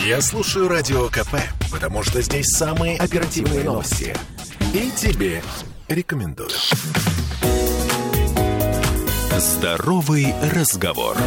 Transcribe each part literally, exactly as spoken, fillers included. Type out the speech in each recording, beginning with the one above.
Я слушаю Радио КП, потому что здесь самые оперативные новости. И тебе рекомендую. Здоровый разговор.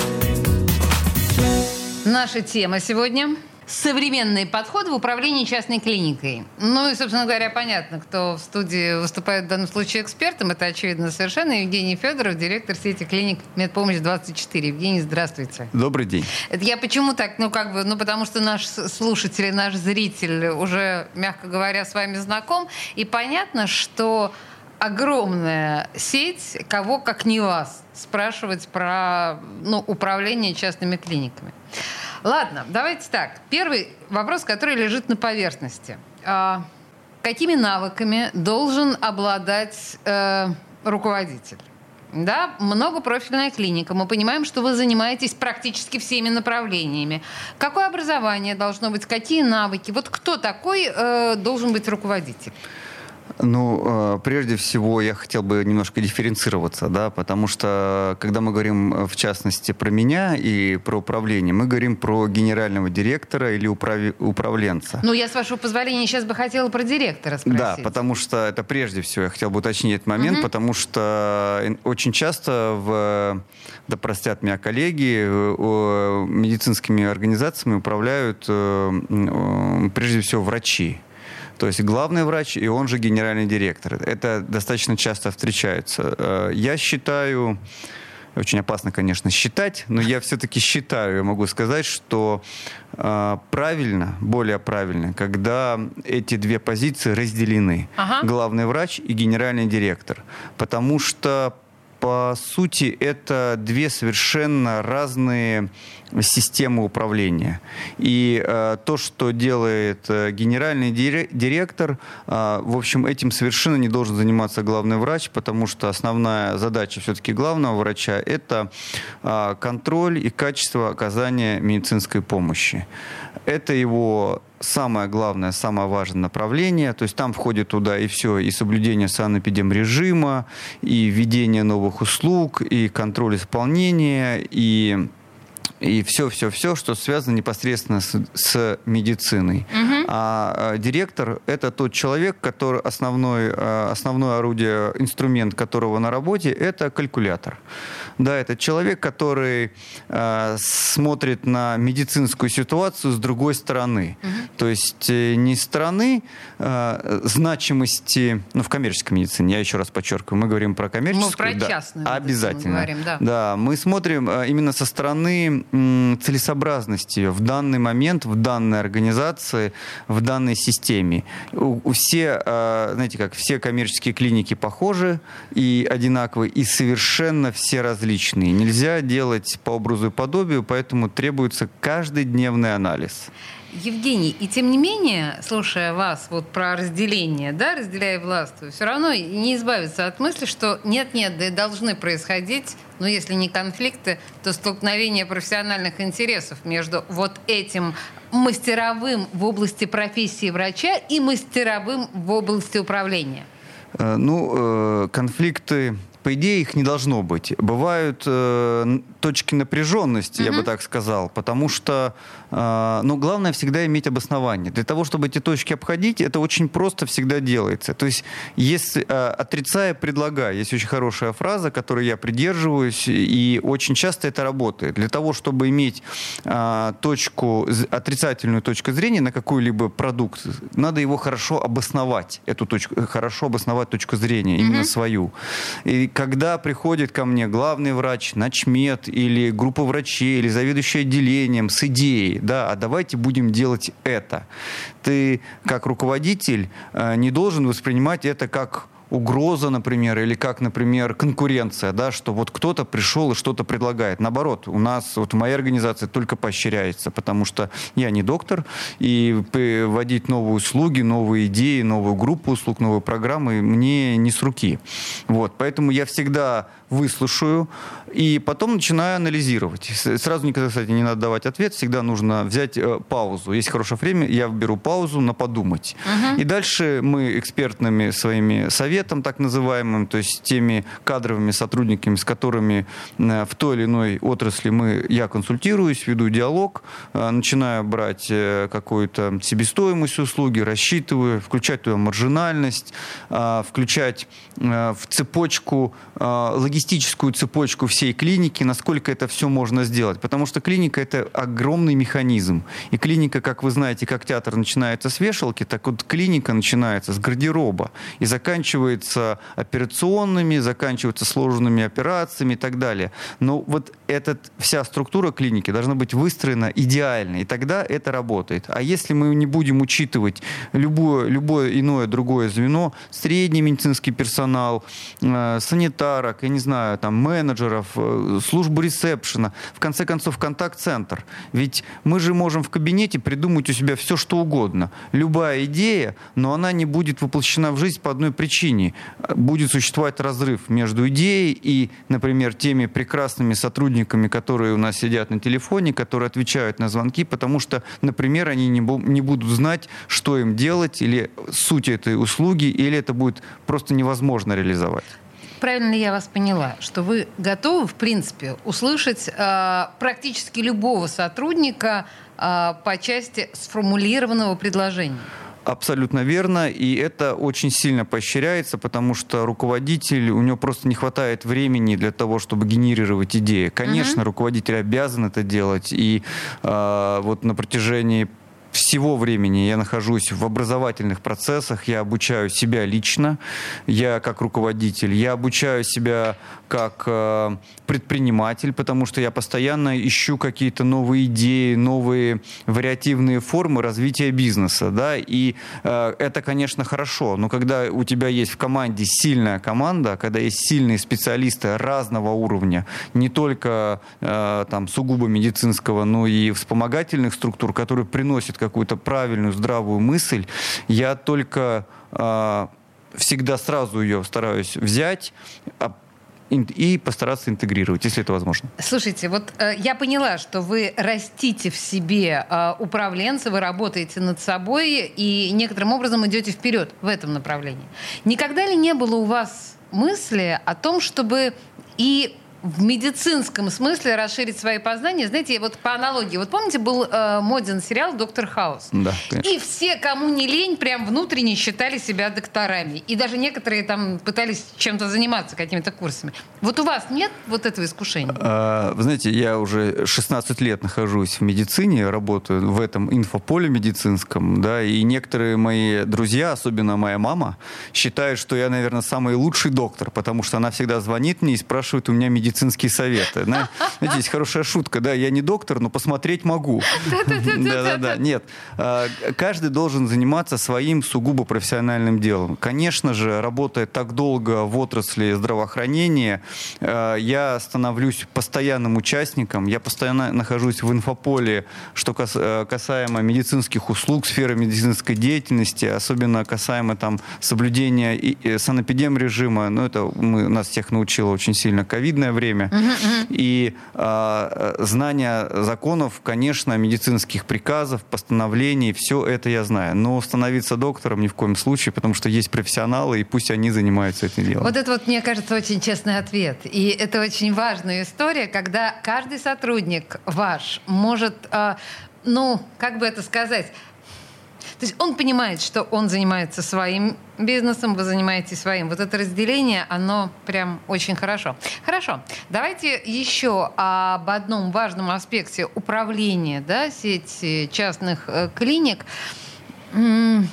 Наша тема сегодня – современный подход в управлении частной клиникой. Ну и, собственно говоря, понятно, кто в студии выступает в данном случае экспертом. Это очевидно совершенно. Евгений Федоров, директор сети клиник «Медпомощь двадцать четыре». Евгений, здравствуйте. Добрый день. Это я почему так? Ну, как бы, ну, потому что наш слушатель, наш зритель уже, мягко говоря, с вами знаком. И понятно, что огромная сеть, кого как не вас, спрашивать про, ну, управление частными клиниками. Ладно, давайте так. Первый вопрос, который лежит на поверхности. А, какими навыками должен обладать э, руководитель? Да, многопрофильная клиника. Мы понимаем, что вы занимаетесь практически всеми направлениями. Какое образование должно быть? Какие навыки? Вот кто такой э, должен быть руководитель? Ну, прежде всего, я хотел бы немножко дифференцироваться, да, потому что, когда мы говорим, в частности, про меня и про управление, мы говорим про генерального директора или управ... управленца. Ну, я, с вашего позволения, сейчас бы хотела про директора спросить. Да, потому что это прежде всего, я хотел бы уточнить этот момент, угу. потому что очень часто, в, да простят меня коллеги, медицинскими организациями управляют прежде всего врачи. То есть главный врач, и он же генеральный директор. Это достаточно часто встречается. Я считаю, очень опасно, конечно, считать, но я все-таки считаю, я могу сказать, что правильно, более правильно, когда эти две позиции разделены. Ага. Главный врач и генеральный директор. Потому что, по сути, это две совершенно разные системы управления. И э, то, что делает э, генеральный директор, э, в общем, этим совершенно не должен заниматься главный врач, потому что основная задача все-таки главного врача – это э, контроль и качество оказания медицинской помощи. Это его самое главное, самое важное направление. То есть там входит туда и все, и соблюдение санэпидемрежима, и введение новых услуг, и контроль исполнения, и И все-все-все, что связано непосредственно с, с медициной. Угу. А, а директор – это тот человек, который основной, основное орудие, инструмент которого на работе – это калькулятор. Да, это человек, который а, смотрит на медицинскую ситуацию с другой стороны. Угу. То есть не с стороны а, значимости, ну, в коммерческой медицине, я еще раз подчеркиваю, мы говорим про коммерческую. Мы про частную да, обязательно. Говорим, да. Да, мы смотрим а, именно со стороны целесообразности в данный момент, в данной организации, в данной системе. У, у все, знаете как, все коммерческие клиники похожи и одинаковые, и совершенно все различные. Нельзя делать по образу и подобию, поэтому требуется каждодневный анализ. Евгений, и тем не менее, слушая вас вот про разделение, да, разделяя власть, все равно не избавиться от мысли, что нет-нет, да и должны происходить, ну, если не конфликты, то столкновение профессиональных интересов между вот этим мастеровым в области профессии врача и мастеровым в области управления. Ну, конфликты, по идее, их не должно быть. Бывают э, точки напряженности, uh-huh. я бы так сказал, потому что, э, ну, главное всегда иметь обоснование. Для того, чтобы эти точки обходить, это очень просто всегда делается. То есть, если э, отрицая, предлагая, есть очень хорошая фраза, которой я придерживаюсь, и очень часто это работает. Для того, чтобы иметь э, точку, отрицательную точку зрения на какой-либо продукт, надо его хорошо обосновать, эту точку, хорошо обосновать точку зрения, именно uh-huh. свою. И когда приходит ко мне главный врач, начмед или группа врачей, или заведующий отделением с идеей, да, а давайте будем делать это. Ты, как руководитель, не должен воспринимать это как угроза, например, или как, например, конкуренция, да, что вот кто-то пришел и что-то предлагает. Наоборот, у нас вот в моей организации только поощряется, потому что я не доктор, и вводить новые услуги, новые идеи, новую группу услуг, новые программы мне не с руки. Вот, поэтому я всегда выслушаю и потом начинаю анализировать. Сразу никогда, кстати, не надо давать ответ, всегда нужно взять э, паузу. Есть хорошее время, я беру паузу на подумать. Uh-huh. И дальше мы экспертными своими советами советом так называемым, то есть теми кадровыми сотрудниками, с которыми в той или иной отрасли мы, я консультируюсь, веду диалог, начинаю брать какую-то себестоимость услуги, рассчитываю, включать туда маржинальность, включать в цепочку, логистическую цепочку всей клиники, насколько это все можно сделать. Потому что клиника — это огромный механизм. И клиника, как вы знаете, как театр начинается с вешалки, так вот клиника начинается с гардероба и заканчивается операционными, заканчивается сложными операциями и так далее. Но вот эта вся структура клиники должна быть выстроена идеально, и тогда это работает. А если мы не будем учитывать любое, любое иное другое звено, средний медицинский персонал, э, санитарок, я не знаю, там, менеджеров, э, службу ресепшена, в конце концов, контакт-центр. Ведь мы же можем в кабинете придумать у себя все, что угодно. Любая идея, но она не будет воплощена в жизнь по одной причине. Будет существовать разрыв между идеей и, например, теми прекрасными сотрудниками, которые у нас сидят на телефоне, которые отвечают на звонки, потому что, например, они не, бу- не будут знать, что им делать, или суть этой услуги, или это будет просто невозможно реализовать. Правильно ли я вас поняла, что вы готовы, в принципе, услышать э, практически любого сотрудника э, по части сформулированного предложения? Абсолютно верно, и это очень сильно поощряется, потому что руководитель, у него просто не хватает времени для того, чтобы генерировать идеи. Конечно, uh-huh. руководитель обязан это делать, и э, вот на протяжении всего времени я нахожусь в образовательных процессах, я обучаю себя лично, я как руководитель, я обучаю себя как э, предприниматель, потому что я постоянно ищу какие-то новые идеи, новые вариативные формы развития бизнеса, да, и э, это, конечно, хорошо, но когда у тебя есть в команде сильная команда, когда есть сильные специалисты разного уровня, не только э, там сугубо медицинского, но и вспомогательных структур, которые приносят какую-то правильную, здравую мысль, я только э, всегда сразу ее стараюсь взять и постараться интегрировать, если это возможно. Слушайте, вот э, я поняла, что вы растите в себе э, управленца, вы работаете над собой и некоторым образом идете вперед в этом направлении. Никогда ли не было у вас мысли о том, чтобы и в медицинском смысле расширить свои познания? Знаете, вот по аналогии, вот помните, был э, моден сериал «Доктор Хаус»? Да, конечно. И все, кому не лень, прям внутренне считали себя докторами. И даже некоторые там пытались чем-то заниматься, какими-то курсами. Вот у вас нет вот этого искушения? А, вы знаете, я уже шестнадцать лет нахожусь в медицине, работаю в этом инфополе медицинском, да, и некоторые мои друзья, особенно моя мама, считают, что я, наверное, самый лучший доктор, потому что она всегда звонит мне и спрашивает у меня медицинские медицинские советы. Знаете, есть хорошая шутка, да, я не доктор, но посмотреть могу. Да-да-да. Нет. Каждый должен заниматься своим сугубо профессиональным делом. Конечно же, работая так долго в отрасли здравоохранения, я становлюсь постоянным участником, я постоянно нахожусь в инфополе, что касаемо медицинских услуг, сферы медицинской деятельности, особенно касаемо там соблюдения санэпидемрежима. Ну, это мы, нас всех научило очень сильно ковидное время. Uh-huh, uh-huh. И э, знание законов, конечно, медицинских приказов, постановлений, все это я знаю. Но становиться доктором ни в коем случае, потому что есть профессионалы, и пусть они занимаются этим делом. Вот это вот, мне кажется, очень честный ответ. И это очень важная история, когда каждый сотрудник ваш может, э, ну, как бы это сказать... То есть он понимает, что он занимается своим бизнесом, вы занимаетесь своим. Вот это разделение, оно прям очень хорошо. Хорошо. Давайте еще об одном важном аспекте управления, да, сети частных э, клиник. М-м-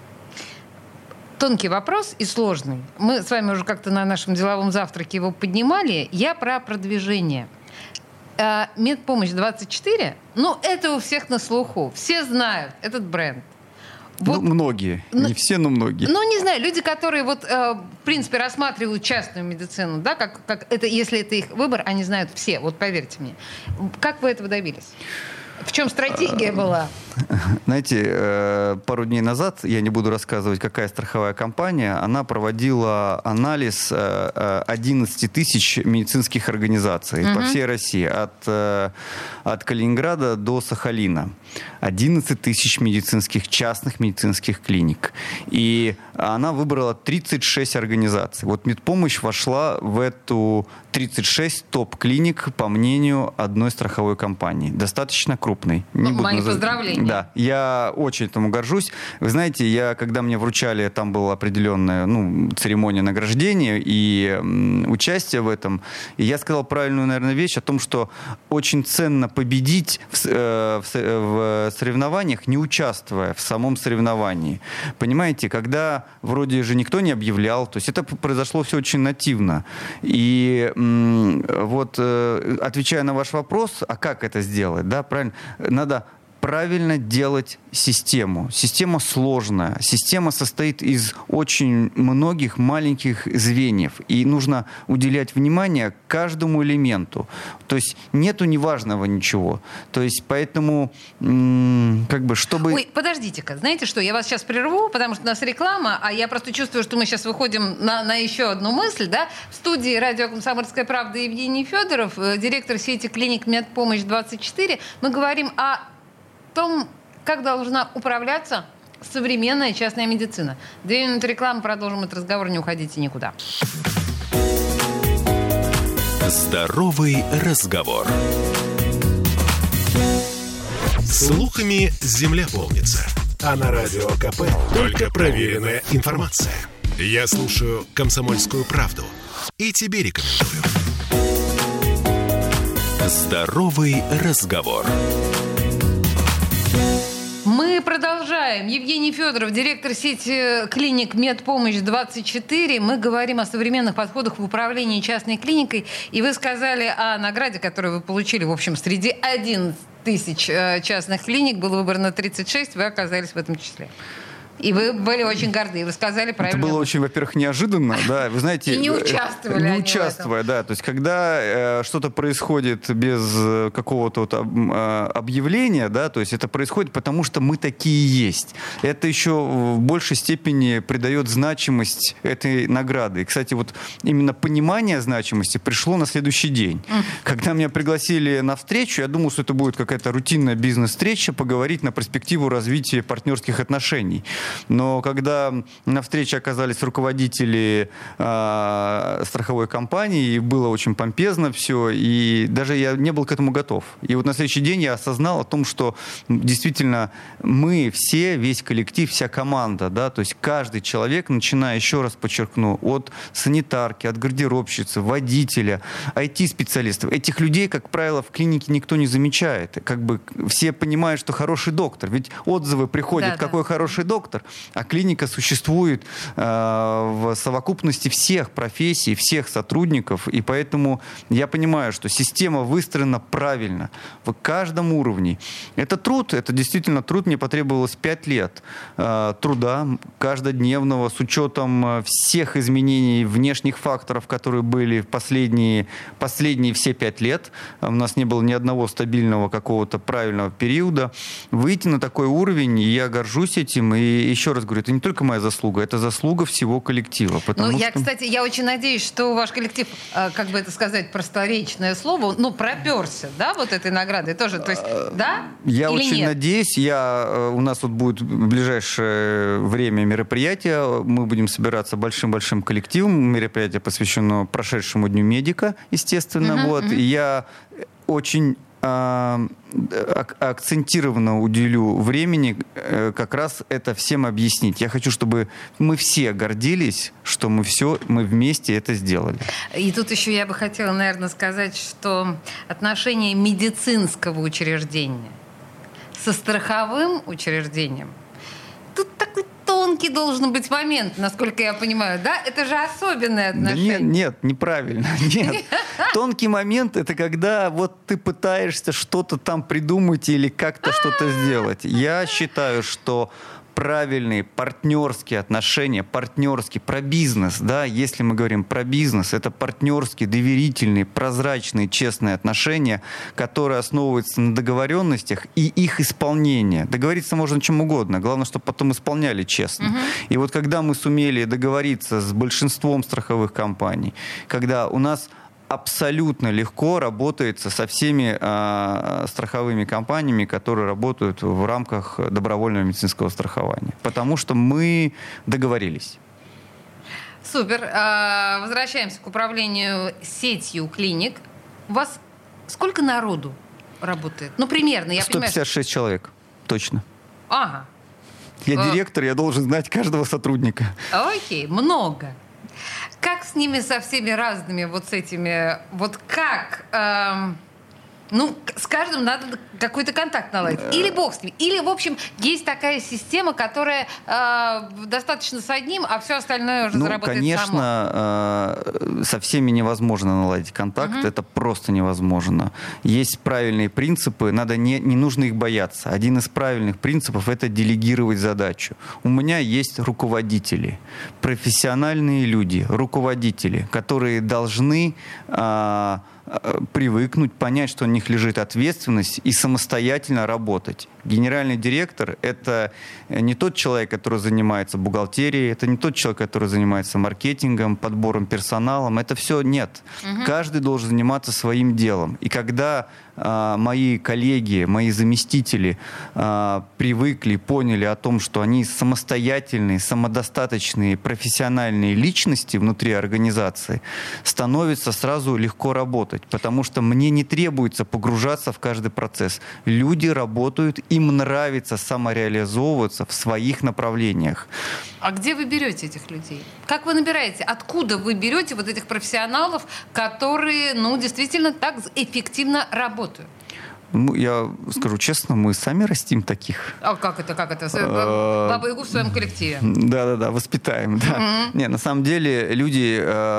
Тонкий вопрос и сложный. Мы с вами уже как-то на нашем деловом завтраке его поднимали. Я про продвижение. Э, Медпомощь двадцать четыре, ну, это у всех на слуху. Все знают этот бренд. Вот, ну, многие. Ну, не все, но многие. Ну, не знаю, люди, которые вот, э, в принципе, рассматривают частную медицину, да, как, как это, если это их выбор, они знают все, вот поверьте мне. Как вы этого добились? В чем стратегия была? Знаете, пару дней назад, я не буду рассказывать, какая страховая компания, она проводила анализ одиннадцать тысяч медицинских организаций угу. по всей России, от, от Калининграда до Сахалина. одиннадцать тысяч медицинских, частных медицинских клиник. И она выбрала тридцать шесть организаций. Вот медпомощь вошла в эту тридцать шесть топ-клиник, по мнению одной страховой компании. Достаточно крупной. Не Мои буду называть. Поздравления. Да, я очень этому горжусь. Вы знаете, я, когда мне вручали, там была определенная ну, церемония награждения и м, участие в этом, и я сказал правильную, наверное, вещь о том, что очень ценно победить в, э, в, в соревнованиях, не участвуя в самом соревновании. Понимаете, когда вроде же никто не объявлял, то есть это произошло все очень нативно. И м, вот, э, отвечая на ваш вопрос, а как это сделать, да, правильно, надо правильно делать систему. Система сложная. Система состоит из очень многих маленьких звеньев. И нужно уделять внимание каждому элементу. То есть нету неважного ничего. То есть поэтому, м- как бы, чтобы... Ой, подождите-ка. Знаете что, я вас сейчас прерву, потому что у нас реклама, а я просто чувствую, что мы сейчас выходим на, на еще одну мысль. Да? В студии радио «Комсомольская правда» Евгений Федоров, директор сети клиник «Медпомощь двадцать четыре». Мы говорим о том, как должна управляться современная частная медицина. Две минуты рекламы, продолжим этот разговор, не уходите никуда. Здоровый разговор. Слухами земля полнится. А на радио КП только проверенная информация. Я слушаю «Комсомольскую правду» и тебе рекомендую. Здоровый разговор. Мы продолжаем. Евгений Федоров, директор сети клиник «Медпомощь двадцать четыре». Мы говорим о современных подходах в управлении частной клиникой. И вы сказали о награде, которую вы получили. В общем, среди одиннадцати тысяч частных клиник было выбрано тридцать шесть. Вы оказались в этом числе. И вы были очень горды, вы сказали правильно. Это было очень, во-первых, неожиданно, да, вы знаете... И не участвовали Не они участвуя, да, то есть когда э, что-то происходит без какого-то вот об, э, объявления, да, то есть это происходит потому, что мы такие есть. Это еще в большей степени придает значимость этой награды. И, кстати, вот именно понимание значимости пришло на следующий день. Mm. Когда меня пригласили на встречу, я думал, что это будет какая-то рутинная бизнес-встреча, поговорить на перспективу развития партнерских отношений. Но когда на встрече оказались руководители э, страховой компании, и было очень помпезно все, и даже я не был к этому готов. И вот на следующий день я осознал о том, что действительно мы все, весь коллектив, вся команда, да, то есть каждый человек, начиная, еще раз подчеркну, от санитарки, от гардеробщицы, водителя, ай ти-специалистов, этих людей, как правило, в клинике никто не замечает. Как бы все понимают, что хороший доктор, ведь отзывы приходят, да, какой да. хороший доктор, а клиника существует э, в совокупности всех профессий, всех сотрудников, и поэтому я понимаю, что система выстроена правильно в каждом уровне. Это труд, это действительно труд, мне потребовалось пять лет э, труда каждодневного с учетом всех изменений внешних факторов, которые были в последние, последние все пять лет. У нас не было ни одного стабильного какого-то правильного периода. Выйти на такой уровень, и я горжусь этим, и еще раз говорю, это не только моя заслуга, это заслуга всего коллектива. Ну, я, что... кстати, я очень надеюсь, что ваш коллектив, как бы это сказать, просторечное слово, ну, проперся, да, вот этой наградой тоже, то есть, да? Я или очень нет? надеюсь, я, у нас вот будет в ближайшее время мероприятие, мы будем собираться большим-большим коллективом, мероприятие посвящено прошедшему Дню медика, естественно, uh-huh, вот, uh-huh. и я очень акцентированно уделю времени как раз это всем объяснить. Я хочу, чтобы мы все гордились, что мы все, мы вместе это сделали. И тут еще я бы хотела, наверное, сказать, что отношение медицинского учреждения со страховым учреждением, тут такой тонкий должен быть момент, насколько я понимаю, да? Это же особенное отношение. Да нет, нет, неправильно, нет. Тонкий момент — это когда вот ты пытаешься что-то там придумать или как-то что-то сделать. Я считаю, что правильные партнерские отношения, партнерские, про бизнес, да, если мы говорим про бизнес, это партнерские, доверительные, прозрачные, честные отношения, которые основываются на договоренностях и их исполнении. Договориться можно чем угодно, главное, чтобы потом исполняли честно. Угу. И вот когда мы сумели договориться с большинством страховых компаний, когда у нас абсолютно легко работается со всеми э, страховыми компаниями, которые работают в рамках добровольного медицинского страхования. Потому что мы договорились. Супер. Возвращаемся к управлению сетью клиник. У вас сколько народу работает? Ну, примерно. Я сто пятьдесят шесть понимаю... человек. Точно. Ага. Я а... директор, я должен знать каждого сотрудника. Окей, много. Как с ними, со всеми разными вот с этими, вот как, эм, ну, с каждым надо какой-то контакт наладить. Или бог с ним. Или, в общем, есть такая система, которая э, достаточно с одним, а все остальное уже ну, заработает конечно, само. Э, со всеми невозможно наладить контакт. Угу. Это просто невозможно. Есть правильные принципы, надо не, не нужно их бояться. Один из правильных принципов — это делегировать задачу. У меня есть руководители, профессиональные люди, руководители, которые должны... Э, привыкнуть, понять, что на них лежит ответственность и самостоятельно работать. Генеральный директор — это не тот человек, который занимается бухгалтерией, это не тот человек, который занимается маркетингом, подбором персоналом. Это все нет. Угу. Каждый должен заниматься своим делом. И когда а, мои коллеги, мои заместители а, привыкли, поняли о том, что они самостоятельные, самодостаточные, профессиональные личности внутри организации, становится сразу легко работать, потому что мне не требуется погружаться в каждый процесс. Люди работают, им нравится самореализовываться в своих направлениях. А где вы берете этих людей? Как вы набираете? Откуда вы берете вот этих профессионалов, которые, ну, действительно так эффективно работают? Ну, я скажу честно, мы сами растим таких. А как это, как это? Бабу-Ягу в своем коллективе? Да-да-да, воспитаем, да. Mm-hmm. Не, на самом деле, люди,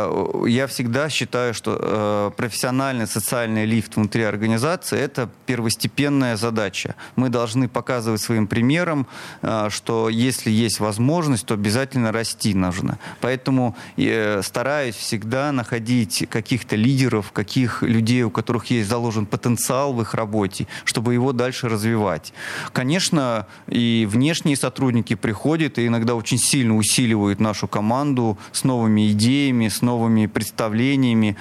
я всегда считаю, что профессиональный социальный лифт внутри организации — это первостепенная задача. Мы должны показывать своим примером, что если есть возможность, то обязательно расти нужно. Поэтому стараюсь всегда находить каких-то лидеров, каких людей, у которых есть заложен потенциал в их работе, чтобы его дальше развивать. Конечно, и внешние сотрудники приходят и иногда очень сильно усиливают нашу команду с новыми идеями, с новыми представлениями.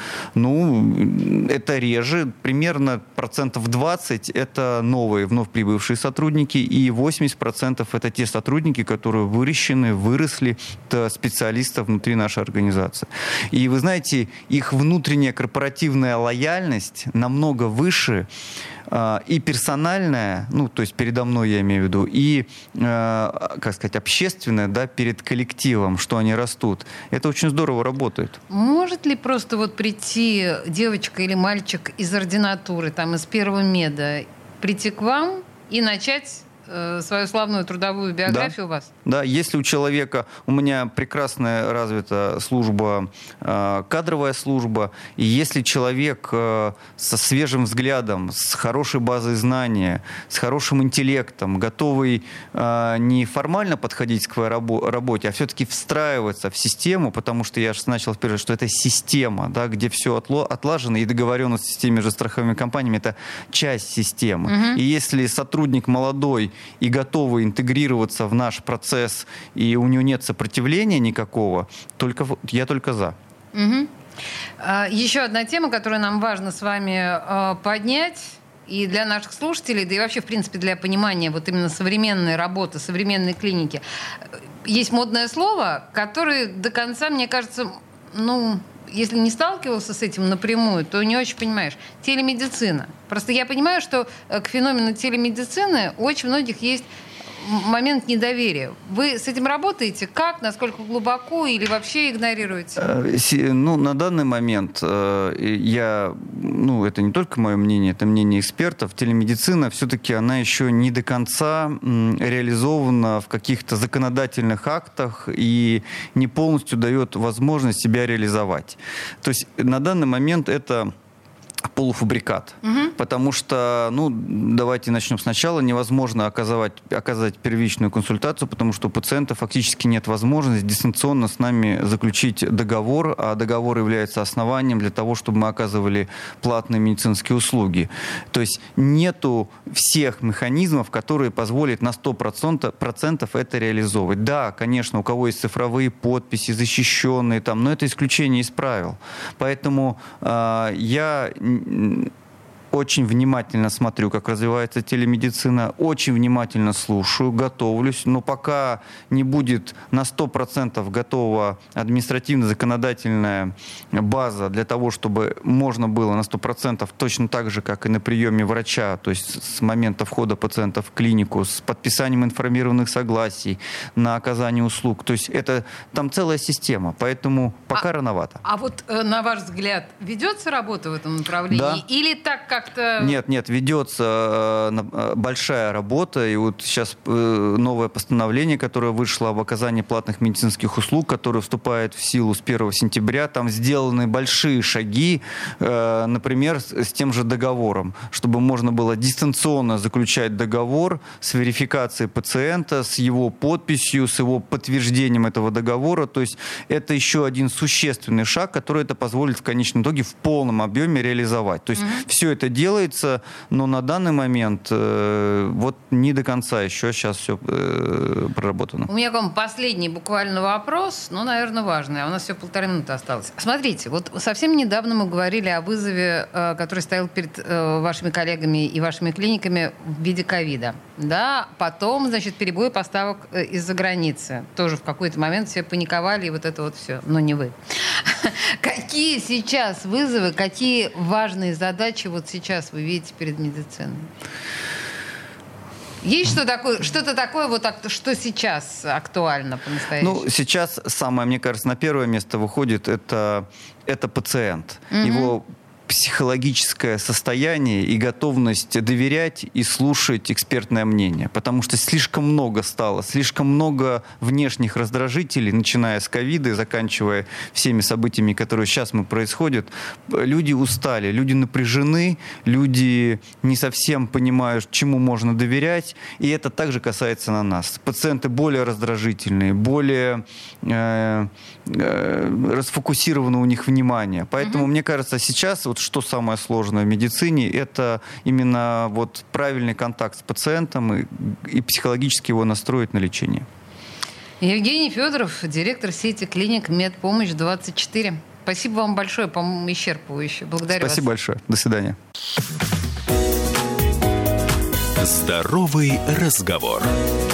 Ну, это реже. Примерно процентов двадцать — это новые, вновь прибывшие сотрудники, и восемьдесят процентов — это те сотрудники, которые выращены, выросли до специалистов внутри нашей организации. И вы знаете, их внутренняя корпоративная лояльность намного выше, и персональная, ну, то есть передо мной я имею в виду, и, э, как сказать, общественная, да, перед коллективом, что они растут. Это очень здорово работает. Может ли просто вот прийти девочка или мальчик из ординатуры, там, из первого меда, прийти к вам и начать э, свою славную трудовую биографию да. у вас? Да, если у человека, у меня прекрасная развита служба, э, кадровая служба, и если человек э, со свежим взглядом, с хорошей базой знания, с хорошим интеллектом, готовый э, не формально подходить к своей рабо- работе, а все-таки встраиваться в систему, потому что я же начал вперед, что это система, да, где все отло- отлажено, и договоренность с теми же страховыми компаниями — это часть системы. Угу. И если сотрудник молодой и готовый интегрироваться в наш процесс, и у него нет сопротивления никакого, только, я только за. Угу. А, еще одна тема, которую нам важно с вами э, поднять, и для наших слушателей, да и вообще, в принципе, для понимания вот именно современной работы, современной клиники. Есть модное слово, которое до конца, мне кажется, ну, если не сталкивался с этим напрямую, то не очень понимаешь. Телемедицина. Просто я понимаю, что к феномену телемедицины у очень многих есть момент недоверия. Вы с этим работаете? Как? Насколько глубоко? Или вообще игнорируете? Ну, на данный момент я... Ну, это не только мое мнение, это мнение экспертов. Телемедицина все-таки, она еще не до конца реализована в каких-то законодательных актах и не полностью дает возможность себя реализовать. То есть на данный момент это полуфабрикат. Угу. Потому что, ну, давайте начнем сначала, невозможно оказывать, оказать первичную консультацию, потому что у пациента фактически нет возможности дистанционно с нами заключить договор, а договор является основанием для того, чтобы мы оказывали платные медицинские услуги. То есть нету всех механизмов, которые позволят на сто процентов это реализовывать. Да, конечно, у кого есть цифровые подписи, защищенные, там, но это исключение из правил. Поэтому э, я очень внимательно смотрю, как развивается телемедицина, очень внимательно слушаю, готовлюсь, но пока не будет на сто процентов готова административно-законодательная база для того, чтобы можно было на сто процентов точно так же, как и на приеме врача, то есть с момента входа пациента в клинику, с подписанием информированных согласий на оказание услуг. То есть это там целая система, поэтому пока а, рановато. А вот, на ваш взгляд, ведется работа в этом направлении? Да. Или так, как как-то... Нет, нет, ведется большая работа, и вот сейчас новое постановление, которое вышло об оказании платных медицинских услуг, которое вступает в силу с первого сентября, там сделаны большие шаги, например, с тем же договором, чтобы можно было дистанционно заключать договор с верификацией пациента, с его подписью, с его подтверждением этого договора. То есть это еще один существенный шаг, который это позволит в конечном итоге в полном объеме реализовать. То есть mm-hmm. все это делается, но на данный момент э, вот не до конца еще сейчас все э, проработано. У меня к вам последний буквально вопрос, но, наверное, важный. А у нас всего полторы минуты осталось. Смотрите, вот совсем недавно мы говорили о вызове, э, который стоял перед э, вашими коллегами и вашими клиниками в виде ковида. Да, потом, значит, перебои поставок э, из-за границы. Тоже в какой-то момент все паниковали, и вот это вот все. Но не вы. Какие сейчас вызовы, какие важные задачи вот сейчас вы видите перед медициной? Есть что такое, что-то такое, вот, что сейчас актуально по-настоящему? Ну, сейчас самое, мне кажется, на первое место выходит это, это пациент. Mm-hmm. Его психологическое состояние и готовность доверять и слушать экспертное мнение. Потому что слишком много стало, слишком много внешних раздражителей, начиная с ковида и заканчивая всеми событиями, которые сейчас мы происходят. Люди устали, люди напряжены, люди не совсем понимают, чему можно доверять, и это также касается на нас. Пациенты более раздражительные, более э, э, расфокусировано у них внимание. Поэтому, mm-hmm. мне кажется, сейчас вот что самое сложное в медицине, это именно вот правильный контакт с пациентом и, и психологически его настроить на лечение. Евгений Федоров, директор сети клиник Медпомощь двадцать четыре. Спасибо вам большое, по-моему, исчерпывающе. Благодарю Спасибо вас. большое. До свидания. Здоровый разговор.